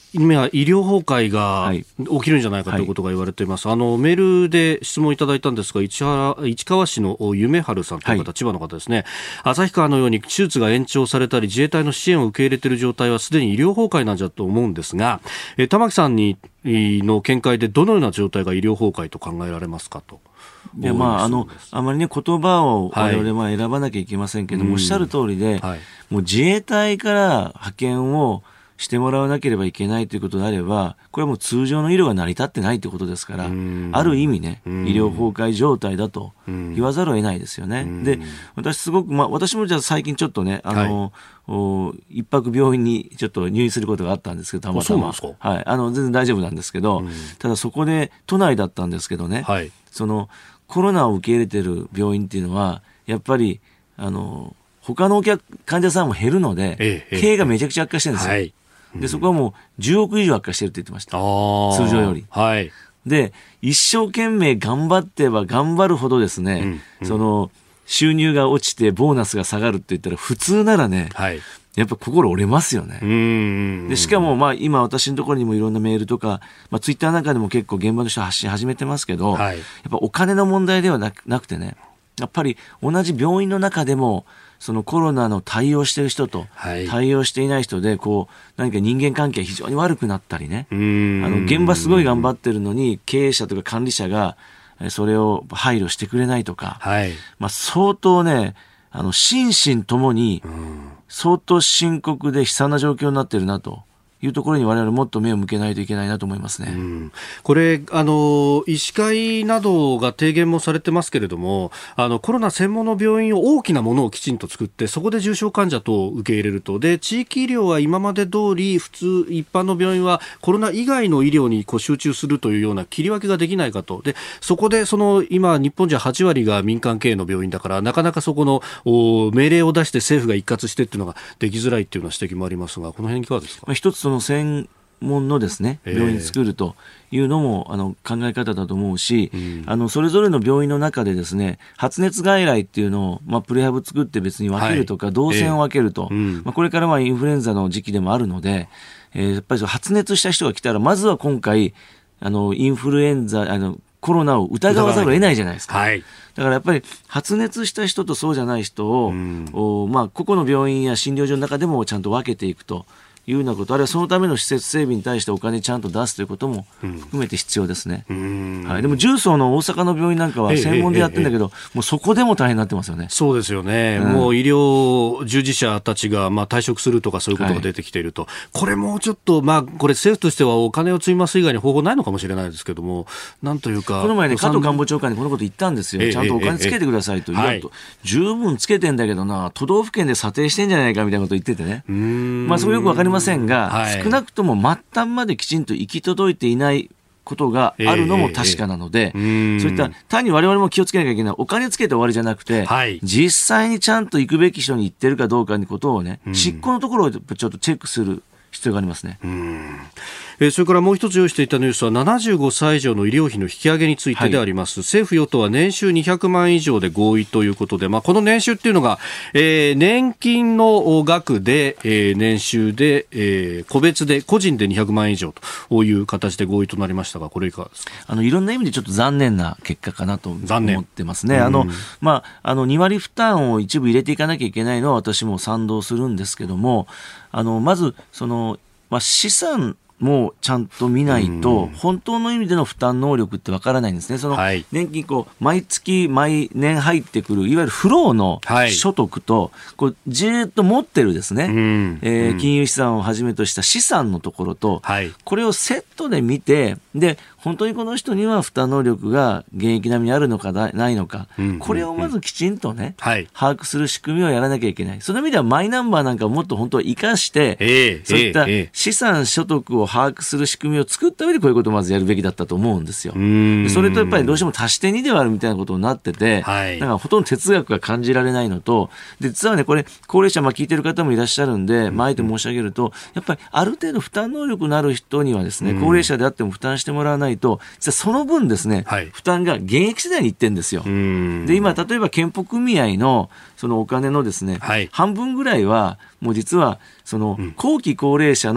今医療崩壊がはい起きるんじゃないかということが言われています、はい、あのメールで質問いただいたんですが、市原市川市の夢春さんという方、はい、千葉の方ですね。旭川のように手術が延長されたり自衛隊の支援を受け入れている状態はすでに医療崩壊なんじゃと思うんですが、えー、玉木さんにの見解でどのような状態が医療崩壊と考えられますかと。 いや、まあ、あのあまりね言葉を我々は選ばなきゃいけませんけども、はい、おっしゃる通りで、はい、もう自衛隊から派遣をしてもらわなければいけないということであれば、これはもう通常の医療が成り立ってないということですから、ある意味ね、医療崩壊状態だと言わざるを得ないですよね。で、私すごく、まあ、私もじゃあ最近ちょっとね、あの、はい、一泊病院にちょっと入院することがあったんですけど、たまたま。そうなんですか？はい。あの、全然大丈夫なんですけど、ただそこで都内だったんですけどね、はい、その、コロナを受け入れている病院っていうのは、やっぱり、あの、他のお客、患者さんも減るので、ええ、経営がめちゃくちゃ悪化してるんですよ。はいでそこはもうじゅうおく以上悪化してるって言ってました。通常より。はい。で、一生懸命頑張ってば頑張るほどですね、うんうん、その、収入が落ちてボーナスが下がるって言ったら普通ならね、はい、やっぱ心折れますよね。うんでしかも、まあ今私のところにもいろんなメールとか、まあツイッターなんかでも結構現場の人発信始めてますけど、はい、やっぱお金の問題ではなく、なくてね、やっぱり同じ病院の中でも、そのコロナの対応している人と対応していない人でこう何か人間関係が非常に悪くなったりね、あの現場すごい頑張ってるのに経営者とか管理者がそれを配慮してくれないとか、はい、まあ、相当ねあの心身ともに相当深刻で悲惨な状況になってるなというところに我々もっと目を向けないといけないなと思いますね。うん、 これあの医師会などが提言もされてますけれども、あのコロナ専門の病院を大きなものをきちんと作ってそこで重症患者と受け入れると、で地域医療は今まで通り普通一般の病院はコロナ以外の医療にこう集中するというような切り分けができないかと。でそこでその今日本じゃはちわりが民間経営の病院だからなかなかそこの命令を出して政府が一括してっていうのができづらいっていうような指摘もありますが、この辺いかがですか？ まあ、一つその専門のですね病院作るというのもあの考え方だと思うし、うん、あのそれぞれの病院の中でですね発熱外来っていうのを、まあ、プレハブ作って別に分けるとか、はい、動線を分けると、えーうんまあ、これからはインフルエンザの時期でもあるので、えー、やっぱり発熱した人が来たらまずは今回あのインフルエンザあのコロナを疑わざるを得ないじゃないですか、はい、だからやっぱり発熱した人とそうじゃない人を、うんおまあ、個々の病院や診療所の中でもちゃんと分けていくというようなこと、あるいはそのための施設整備に対してお金ちゃんと出すということも含めて必要ですね、うんはい、でも重曹の大阪の病院なんかは専門でやってるんだけど、ええええ、もうそこでも大変になってますよね。 そうですよね、うん、もう医療従事者たちがまあ退職するとかそういうことが出てきていると、はい、これもうちょっと、まあ、これ政府としてはお金を積みます以外に方法ないのかもしれないですけども、なんというかこの前ね加藤官房長官にこのこと言ったんですよ、ええ、ちゃんとお金つけてくださいと、ええええ、と十分つけてんだけどな都道府県で査定してんじゃないかみたいなこと言っててね、うーん、まあ、それよくわかりませんが、はい少なくとも末端まできちんと行き届いていないことがあるのも確かなので、えーえー、そういった単に我々も気をつけなきゃいけないお金つけて終わりじゃなくて、はい、実際にちゃんと行くべき人に行ってるかどうかのことをね、執行のところをちょっとチェックする必要がありますね。うんえー、それからもう一つ用意していたニュースはななじゅうごさい以上の医療費の引き上げについてであります、はい、政府与党は年収にひゃくまんえん以上で合意ということで、まあ、この年収っていうのが、えー、年金の額で、えー、年収で、えー、個別で個人でにひゃくまんえん以上という形で合意となりましたが、これいかがですか？ あのいろんな意味でちょっと残念な結果かなと思ってますね。あの、まあ、あのにわり負担を一部入れていかなきゃいけないのは私も賛同するんですけども、あのまずその、まあ、資産もうちゃんと見ないと本当の意味での負担能力ってわからないんですね。その年金こう毎月毎年入ってくるいわゆるフローの所得とこうじーっと持ってるですね、えー、金融資産をはじめとした資産のところとこれをセットで見て、で本当にこの人には負担能力が現役並みにあるのかないのか、これをまずきちんとね把握する仕組みをやらなきゃいけない。その意味ではマイナンバーなんかをもっと本当は生かしてそういった資産所得を把握する仕組みを作った上でこういうことをまずやるべきだったと思うんですよ。でそれとやっぱりどうしても足してにではあるみたいなことになってて、はい、なんかほとんど哲学が感じられないのと、で実はねこれ高齢者まあ聞いてる方もいらっしゃるんで、まあ、あえて申し上げるとやっぱりある程度負担能力のある人にはですね高齢者であっても負担してもらわないと実はその分ですね、はい、負担が現役世代にいってるんですよ。で今例えば健保組合のそのお金のですね、はい、半分ぐらいはもう実はその後期高齢者の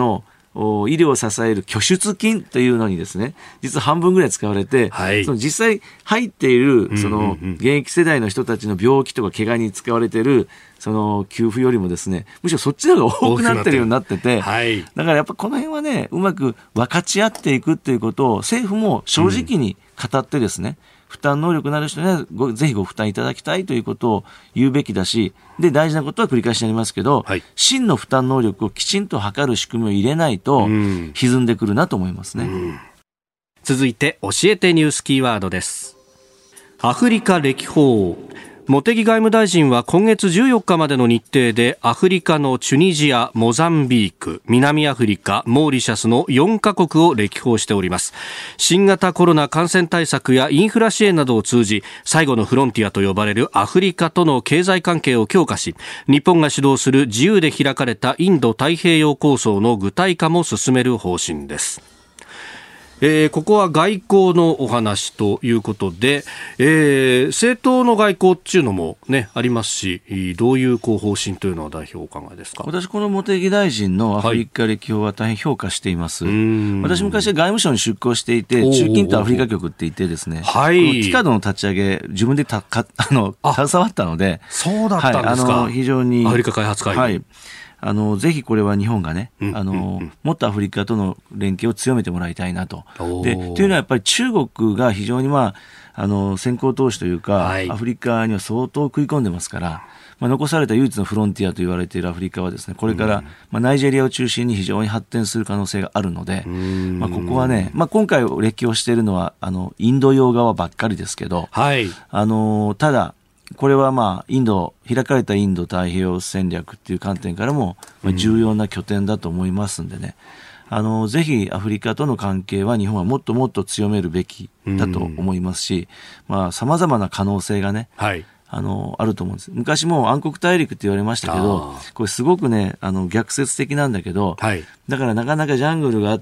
医療を支える拠出金というのにですね、実は半分ぐらい使われて、はい、その実際入っているその現役世代の人たちの病気とか怪我に使われているその給付よりもですね、むしろそっちの方が多くなっているようになってて、はい、だからやっぱこの辺はね、うまく分かち合っていくっていうことを政府も正直に語ってですね、うん、負担能力のある人にはごぜひご負担いただきたいということを言うべきだし、で大事なことは繰り返しになりますけど、はい、真の負担能力をきちんと測る仕組みを入れないと歪んでくるなと思いますね。うん、 続いて教えてニュースキーワードです。アフリカ歴訪。茂木外務大臣は今月じゅうよっかまでの日程でアフリカのチュニジア、モザンビーク、南アフリカ、モーリシャスのよんカ国を歴訪しております。新型コロナ感染対策やインフラ支援などを通じ、最後のフロンティアと呼ばれるアフリカとの経済関係を強化し、日本が主導する自由で開かれたインド太平洋構想の具体化も進める方針です。えー、ここは外交のお話ということで、えー、政党の外交っていうのも、ね、ありますし、どういうこう方針というのは代表お考えですか。 私この茂木大臣のアフリカ歴訪は大変評価しています、はい、私昔外務省に出向していて、中近東アフリカ局っていてですね、はい、このティカドの立ち上げ自分でたかあの携わったので、 そうだったんですか、 はい、あの非常にアフリカ開発会議、はい、 あのぜひこれは日本がね、うん、あの、うん、もっとアフリカとの連携を強めてもらいたいなと。でというのはやっぱり中国が非常に、まあ、あの先行投資というか、はい、アフリカには相当食い込んでますから、まあ、残された唯一のフロンティアと言われているアフリカはですね、これから、うん、まあ、ナイジェリアを中心に非常に発展する可能性があるので、まあ、ここはね、まあ、今回歴訪しているのはあのインド洋側ばっかりですけど、はい、あのただこれはまあインド開かれたインド太平洋戦略っていう観点からも重要な拠点だと思いますんでね、うん、あのぜひアフリカとの関係は日本はもっともっと強めるべきだと思いますし、まあ様々な可能性がね、はい、あのあると思うんです。昔も暗黒大陸って言われましたけど、これすごくねあの逆説的なんだけど、はい、だからなかなかジャングルがあって、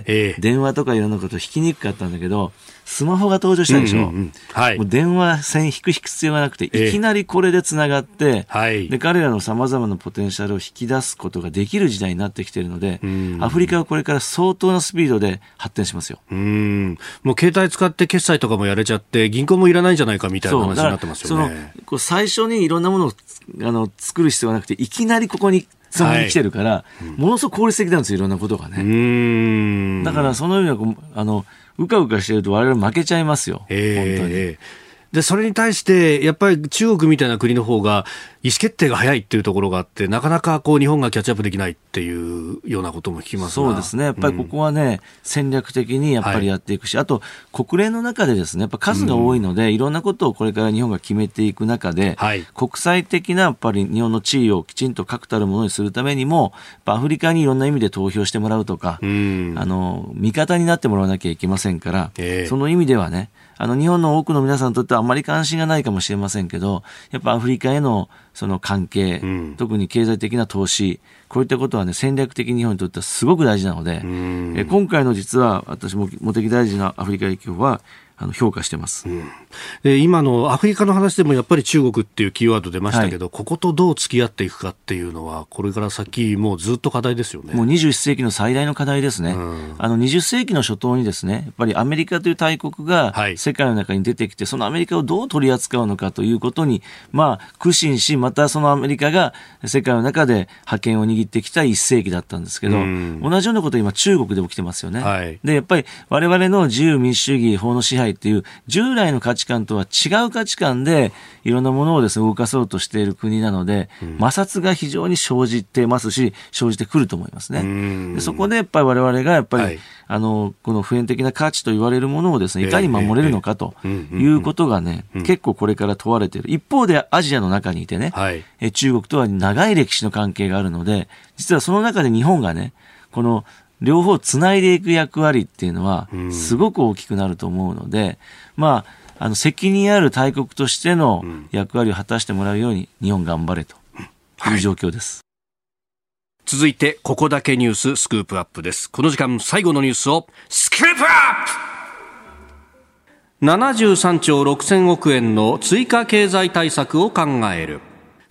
えー、電話とかいろんなこと引きにくかったんだけど、スマホが登場したでしょ、うんうんうん、はい、もう電話線引く引く必要がなくて、いきなりこれでつながって、えー、で彼らのさまざまなポテンシャルを引き出すことができる時代になってきているので、アフリカはこれから相当なスピードで発展しますよ。 うん、もう携帯使って決済とかもやれちゃって銀行もいらないんじゃないかみたいな話になってますよね。 そのこう最初にいろんなものをあの作る必要がなくて、いきなりここにつながりに来てるから、はい、ものすごく効率的なんですよ、いろんなことがね。うーん、だからその意味はこうあのうかうかしてると我々負けちゃいますよ、えー、本当に。 でそれに対してやっぱり中国みたいな国の方が意思決定が早いっていうところがあって、なかなかこう日本がキャッチアップできないっていうようなことも聞きますが。 そうですね、やっぱりここはね、うん、戦略的にやっぱりやっていくし、はい、あと国連の中でですねやっぱ数が多いので、うん、いろんなことをこれから日本が決めていく中で、はい、国際的なやっぱり日本の地位をきちんと確たるものにするためにも、アフリカにいろんな意味で投票してもらうとか、うん、あの味方になってもらわなきゃいけませんから、えー、その意味ではね、あの日本の多くの皆さんにとってはあまり関心がないかもしれませんけど、やっぱアフリカへのその関係、うん、特に経済的な投資、こういったことはね戦略的に日本にとってはすごく大事なので、え今回の実は私も茂木大臣のアフリカ歴訪はあの評価してます、うん、 で今のアフリカの話でもやっぱり中国っていうキーワード出ましたけど、はい、こことどう付き合っていくかっていうのはこれから先もうずっと課題ですよね。 もうにじゅういっ世紀の最大の課題ですね、うん、あのにじゅっ世紀の初頭にですねやっぱりアメリカという大国が世界の中に出てきて、はい、そのアメリカをどう取り扱うのかということに、まあ、苦心し、またそのアメリカが世界の中で覇権を握ってきたいっ世紀だったんですけど、うん、同じようなことが今中国で起きてますよね、はい、でやっぱり我々の自由民主主義法の支配っていう従来の価値観とは違う価値観でいろんなものをですね動かそうとしている国なので、うん、摩擦が非常に生じてますし生じてくると思いますね。でそこでやっぱり我々がやっぱり、はい、あのこの普遍的な価値と言われるものをですねいかに守れるのかということがね、えーえー、結構これから問われている。一方でアジアの中にいてね、はい、え中国とは長い歴史の関係があるので、実はその中で日本がねこの両方つないでいく役割っていうのはすごく大きくなると思うので、うん、まあ、あの責任ある大国としての役割を果たしてもらうように日本頑張れという状況です、 はい、続いてここだけニューススクープアップです。この時間最後のニュースをスクープアップ。ななじゅうさんちょうろくせんおくえんの追加経済対策を考える。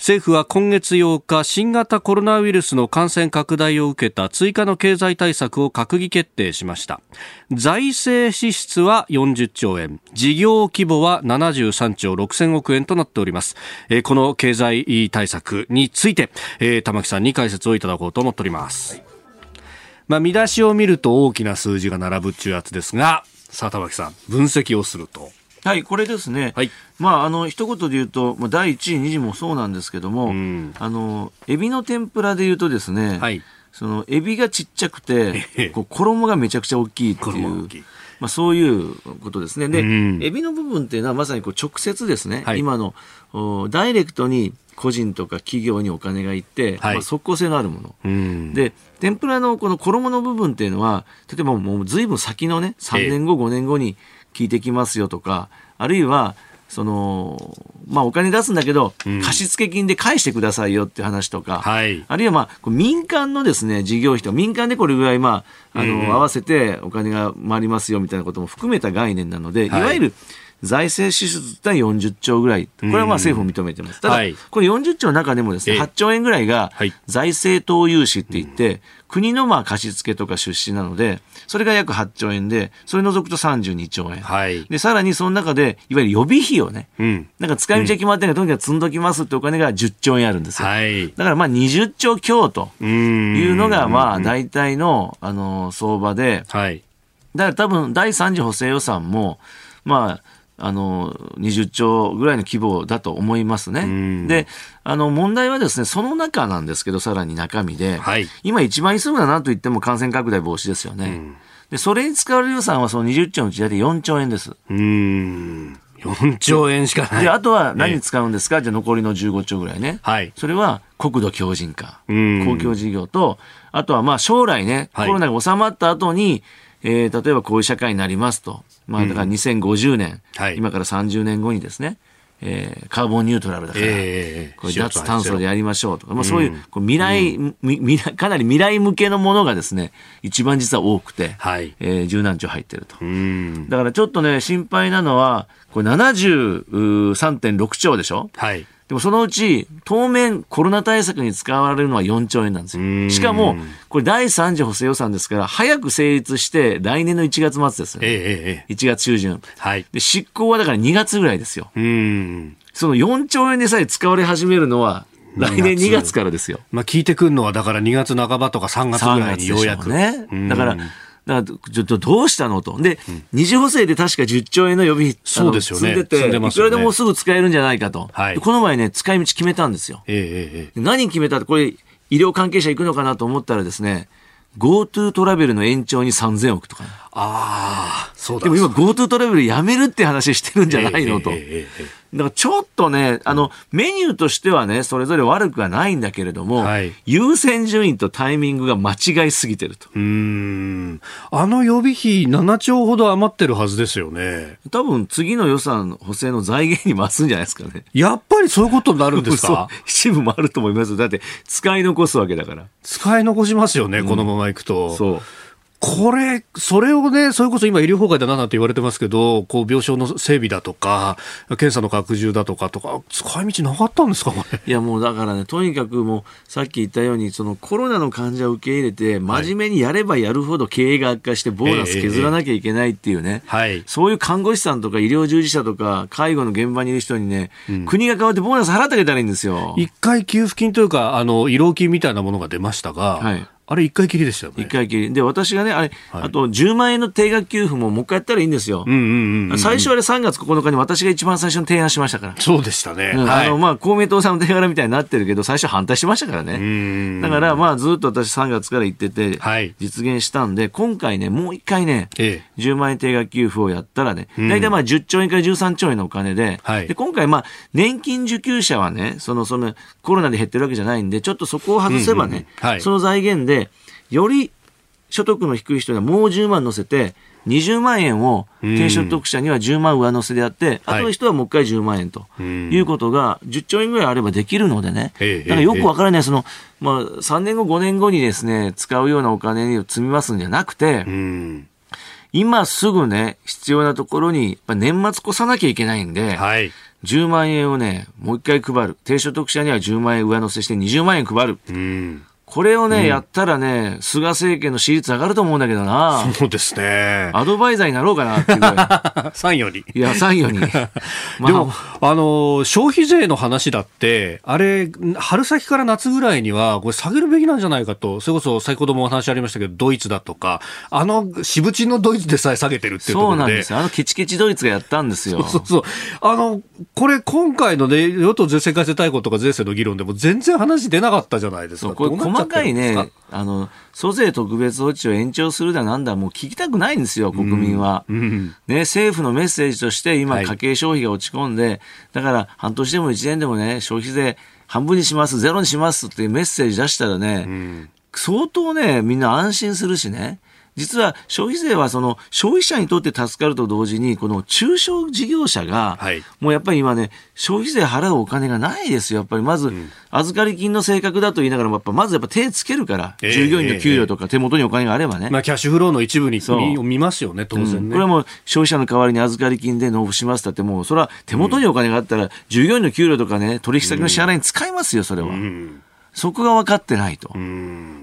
政府は今月ようか、新型コロナウイルスの感染拡大を受けた追加の経済対策を閣議決定しました。財政支出はよんじゅっちょうえん、事業規模はななじゅうさんちょうろくせんおくえんとなっております。えー、この経済対策について、えー、玉木さんに解説をいただこうと思っております。はい、まあ、見出しを見ると大きな数字が並ぶっちゅうやつですが、さあ玉木さん、分析をすると、 はい、これですね、はい、まあ、あの一言で言うと、まあ、だいいちいにじもそうなんですけども、うん、あのエビの天ぷらで言うとですね、はい、そのエビがちっちゃくてこう衣がめちゃくちゃ大きいっていう、まあ、そういうことですね。で、うん、エビの部分っていうのはまさにこう直接ですね、はい、今のダイレクトに個人とか企業にお金がいって、はい、まあ、即効性のあるもの、うん、で天ぷらのこの衣の部分っていうのは例えばもうずいぶん先のねさんねんご、ごねんごに効いてきますよとか、あるいはその、まあ、お金出すんだけど、うん、貸付金で返してくださいよって話とか、はい、あるいは、まあ、民間のですね事業費と民間でこれぐらい、まあ、あの、うん、合わせてお金が回りますよみたいなことも含めた概念なので、はい、いわゆる財政支出ってのはよんじゅっちょうぐらい、これはまあ政府も認めてます。ただ、はい、これよんじゅっちょうの中でもですね、はっちょうえんぐらいが財政等融資って言って、国のまあ貸付とか出資なので、それが約はっちょうえんで、それ除くとさんじゅうにちょうえん。はい、で、さらにその中で、いわゆる予備費をね、うん、なんか使い道が決まってないから、とにかく積んどきますってお金がじゅっちょうえんあるんですよ。はい、だからまあにじゅっちょう強というのが、まあ大体の、あの、相場で、はい、だから多分だいさん次補正予算も、まあ、あのにじゅっちょうぐらいの規模だと思いますね。で、あの問題はですね、その中なんですけど、さらに中身で、はい、今一番急ぐのは何と言っても感染拡大防止ですよね。で、それに使われる予算はそのにじゅっちょうのうち大体よんちょうえんです。うーん、よんちょうえんしかない。 で、あとは何に使うんですか、えー、じゃあ残りのじゅうごちょうぐらいね。はい、それは国土強靭化、公共事業と、あとはまあ将来ね、コロナが収まった後に、えー、例えばこういう社会になりますと。まあ、だからにせんごじゅうねん、うん、はい、今からさんじゅうねんごにですね、えー、カーボンニュートラルだから、えー、これ脱炭素でやりましょうとか、まあ、そういう、こう未来、うん、未来、かなり未来向けのものがですね、一番実は多くて、はい、えー、十何兆入ってると。うん、だからちょっとね、心配なのは、これななじゅうさんてんろくちょうでしょ。はい。でもそのうち当面コロナ対策に使われるのはよんちょうえんなんですよ。しかもこれだいさん次補正予算ですから早く成立して来年のいちがつ末ですよね。ええ、いちがつちゅうじゅん、はい、で執行はだからにがつぐらいですよ。うん、そのよんちょうえんでさえ使われ始めるのは来年にがつからですよ。 まあ、聞いてくるのはだからにがつなかばとかさんがつぐらいにようやくね。だからだからちょっとどうしたのと。で、うん、二次補正で確かじゅっちょうえんの予備費そうですよね、 積んでて、積んでますよね、いくらでもすぐ使えるんじゃないかと。はい、この前ね、使い道決めたんですよ。えーえー、何決めたって、これ医療関係者行くのかなと思ったらですね、GoTo トラベルの延長にさんぜんおくとか、ね。ああ、そうだ。でも今 GoTo トラベルやめるって話してるんじゃないのと。えーえーえーだからちょっとね、あの、メニューとしてはね、それぞれ悪くはないんだけれども、はい、優先順位とタイミングが間違いすぎてると。 うーん。あの予備費ななちょうほど余ってるはずですよね。 多分次の予算補正の財源に回すんじゃないですかね。 やっぱりそういうことになるんですか？そう一部もあると思います。だって使い残すわけだから。 使い残しますよね、うん、このままいくと。 そう。 これ、それをね、それこそ今医療崩壊だななんて言われてますけど、こう病床の整備だとか、検査の拡充だとかとか、使い道なかったんですか、これ。 いやもうだからね、とにかくもう、さっき言ったように、そのコロナの患者を受け入れて、真面目にやればやるほど経営が悪化して、ボーナス削らなきゃいけないっていうね、はい、そういう看護師さんとか医療従事者とか、介護の現場にいる人にね、うん、国が変わってボーナス払ってあげたらいいんですよ。 一回給付金というか、あの、慰労金みたいなものが出ましたが、はい、あれ一回きりでしたよね。 一回きり。で、私がね、あれ、はい、あとじゅうまんえんの定額給付ももう一回やったらいいんですよ。うんうんうんうん、最初あれさんがつここのかに私が一番最初に提案しましたから。 そうでしたね。 うん、はい、あの、まあ、公明党さんの手柄みたいになってるけど、最初反対してましたからね。うんだから、まあ、ずっと私さんがつから言ってて、はい、実現したんで、今回ね、もう一回ね、ええ、じゅうまんえん定額給付をやったらね、大体まあじゅっちょうえんからじゅうさんちょうえんのお金で、はい、で今回まあ、年金受給者はね、その、その、コロナで減ってるわけじゃないんで、ちょっとそこを外せばね、うんうんはい、その財源で、より所得の低い人にはもうじゅうまん乗せてにじゅうまんえんを低所得者にはじゅうまん上乗せでやって、あとの人はもう一回じゅうまんえんということがじゅっちょうえんぐらいあればできるのでね、だからよくわからないその、まあ、さんねんごごねんごにですね使うようなお金を積みますんじゃなくて、今すぐね必要なところにやっぱ年末越さなきゃいけないんで、はい、 じゅうまんえんをねもう一回配る。低所得者にはじゅうまんえん上乗せしてにじゅうまんえん配る。うんこれをね、うん、やったらね、菅政権の支持率上がると思うんだけどな。 そうですね。 アドバイザーになろうかなっていうぐらい。 参与に。 いや、参与に。まあ、でも、あの、消費税の話だって、あれ、春先から夏ぐらいには、これ下げるべきなんじゃないかと、それこそ先ほどもお話ありましたけど、ドイツだとか、あの、しぶちのドイツでさえ下げてるっていうところで。 そうなんですよ。あのケチケチドイツがやったんですよ。 そうそうそう。あの、これ今回のね、与党税制改正大綱とか税制の議論でも全然話出なかったじゃないですか。 これ細かいね、あの、租税特別措置を延長するだなんだ、もう聞きたくないんですよ、国民は。うんうん、ね、政府のメッセージとして今、家計消費が落ち込んで、はい、だから半年でもいちねんでもね、消費税半分にします、ゼロにしますっていうメッセージ出したらね、うん、相当ね、みんな安心するしね。実は消費税はその消費者にとって助かると同時にこの中小事業者がもうやっぱり今ね消費税払うお金がないですよ。やっぱりまず預かり金の性格だと言いながらもやっぱまずやっぱ手つけるから従業員の給料とか手元にお金があればね、 まあキャッシュフローの一部に見ますよね当然ね、 うん、これはもう消費者の代わりに預かり金で納付しますだってもうそれは手元にお金があったら従業員の給料とかね取引先の支払いに使いますよそれは、うん、そこが分かってないと、うん、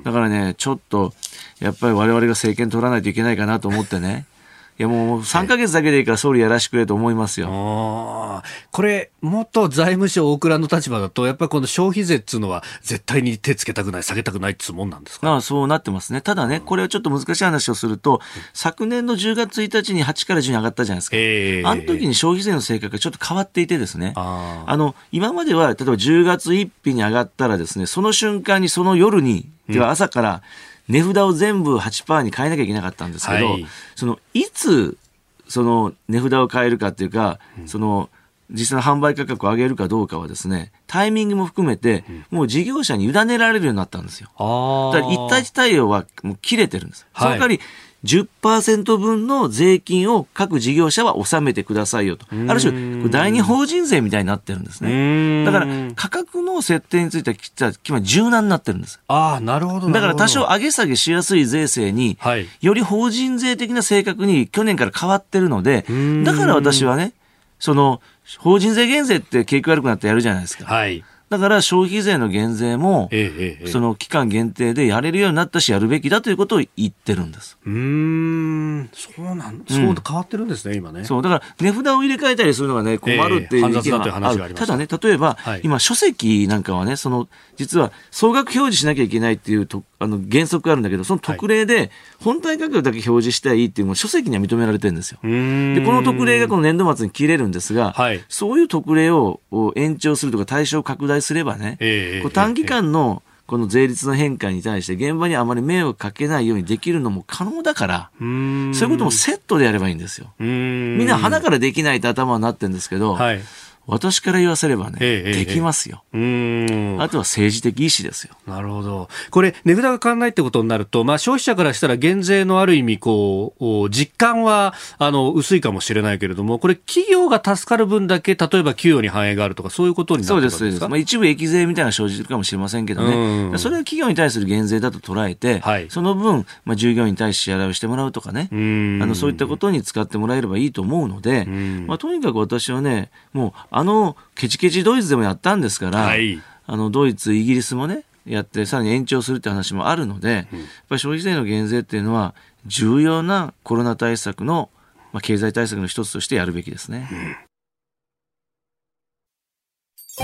だからねちょっとやっぱり我々が政権取らないといけないかなと思ってね。いやもうさんかげつだけでいいから総理やらしてくれと思いますよ。 あこれ元財務省大蔵の立場だとやっぱりこの消費税っていうのは絶対に手つけたくない下げたくないっていうもんなんですか。 ああそうなってますね。ただねこれはちょっと難しい話をすると、うん、昨年のじゅうがつついたちにはちからじゅうに上がったじゃないですか、えー、あの時に消費税の性格がちょっと変わっていてですねああの今までは例えばじゅうがつついたちに上がったらですねその瞬間にその夜にでは朝から、うん値札を全部 はちパーセント に変えなきゃいけなかったんですけど、はい、そのいつその値札を変えるかっていうか、うん、その実際の販売価格を上げるかどうかはですねタイミングも含めて、うん、もう事業者に委ねられるようになったんですよ。あだから一対一対応はもう切れてるんです、はい、その代わり じゅっパーセント 分の税金を各事業者は納めてくださいよとある種第二法人税みたいになってるんですね。だから価格の設定については決まり柔軟になってるんです。 ああなるほど。 だから多少上げ下げしやすい税制に、はい、より法人税的な性格に去年から変わってるのでだから私はねその法人税減税って景気悪くなってやるじゃないですか、はい、だから消費税の減税も、ええええ、その期間限定でやれるようになったしやるべきだということを言ってるんです。 うーんそうなん、うん、そう変わってるんですね今ね。 そうだから値札を入れ替えたりするのがね困るっていう意見がある。ただね例えば、はい、今書籍なんかはねその実は総額表示しなきゃいけないっていうとあの原則があるんだけどその特例で本体価格だけ表示してはいいっていうのも書籍には認められてるんですよ。でこの特例がこの年度末に切れるんですが、はい、そういう特例を延長するとか対象を拡大すればね、えー、こう短期間のこの税率の変化に対して現場にあまり迷惑かけないようにできるのも可能だからうーんそういうこともセットでやればいいんですよ。うーんみんな鼻からできないって頭になってるんですけど、はい、私から言わせればね、ええ、できますよ、ええ、うーんあとは政治的意思ですよ。 なるほど。これ値札が変わらないってことになると、まあ、消費者からしたら減税のある意味こう実感はあの薄いかもしれないけれどもこれ企業が助かる分だけ例えば給与に反映があるとかそういうことになってるんですか。 そうですそうです、まあ、一部益税みたいなのが生じるかもしれませんけどねそれは企業に対する減税だと捉えて、はい、その分、まあ、従業員に対して支払いをしてもらうとかねあのそういったことに使ってもらえればいいと思うので、まあ、とにかく私はねもうあのケチケチドイツでもやったんですから、はい、あのドイツイギリスもねやってさらに延長するって話もあるので、うん、やっぱり消費税の減税っていうのは重要なコロナ対策の、まあ、経済対策の一つとしてやるべきですね、 うん、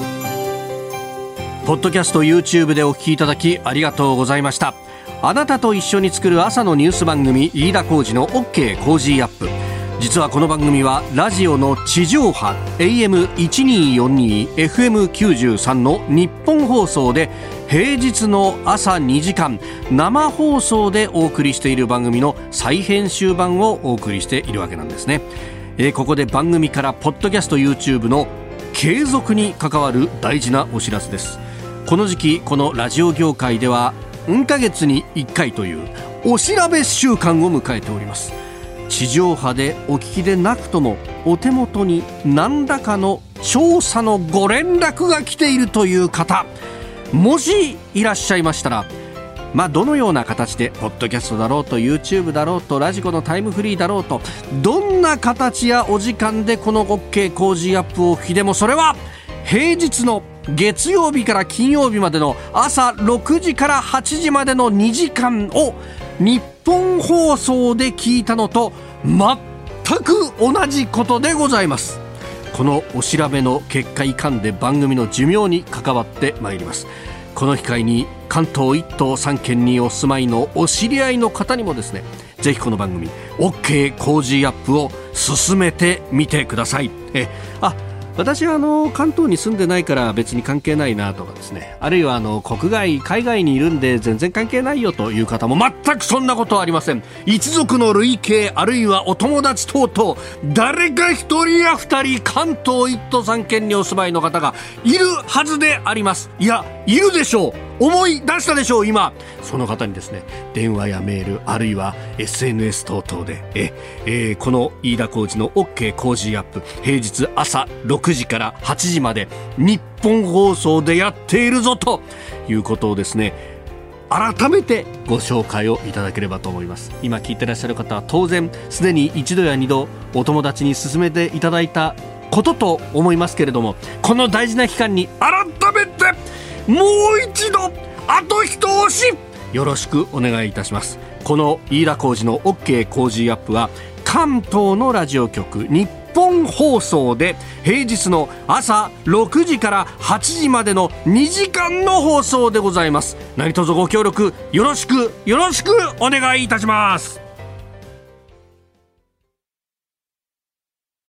ポッドキャスト YouTube でお聞きいただきありがとうございました。あなたと一緒に作る朝のニュース番組飯田浩司の OK コージーアップ。実はこの番組はラジオの地上波 エーエムせんにひゃくよんじゅうに エフエムきゅうじゅうさん の日本放送で平日の朝にじかん生放送でお送りしている番組の再編集版をお送りしているわけなんですね。えー、ここで番組からポッドキャスト YouTube の継続に関わる大事なお知らせです。この時期このラジオ業界ではうんかげつにいっかいというお調べ週間を迎えております。地上波でお聞きでなくともお手元に何らかの調査のご連絡が来ているという方もしいらっしゃいましたらまあ、どのような形でポッドキャストだろうと YouTube だろうとラジコのタイムフリーだろうとどんな形やお時間でこの OK 工事アップをお聞きでもそれは平日の月曜日から金曜日までの朝ろくじからはちじまでのにじかんを日本放送で聞いたのと全く同じことでございます。このお調べの結果いかんで番組の寿命に関わってまいります。この機会に関東いっ都さん県にお住まいのお知り合いの方にもですね、ぜひこの番組 OK 工事アップを進めてみてください。えあ私はあの関東に住んでないから別に関係ないなとかですね、あるいはあの国外海外にいるんで全然関係ないよという方も全くそんなことはありません。一族の累計あるいはお友達等々誰か一人や二人関東いっ都さん県にお住まいの方がいるはずであります。いやいるでしょう。思い出したでしょう。今その方にですね電話やメールあるいは エスエヌエス 等々でえ、えー、この飯田浩司の OK 工事アップ平日朝ろくじからはちじまで日本放送でやっているぞということをですね改めてご紹介をいただければと思います。今聞いてらっしゃる方は当然すでに一度や二度お友達に勧めていただいたことと思いますけれども、この大事な期間に改めてもう一度あと一押しよろしくお願いいたします。この飯田浩司の OK 工事アップは関東のラジオ局日本放送で平日の朝ろくじからはちじまでのにじかんの放送でございます。何卒ご協力よろしくよろしくお願いいたします。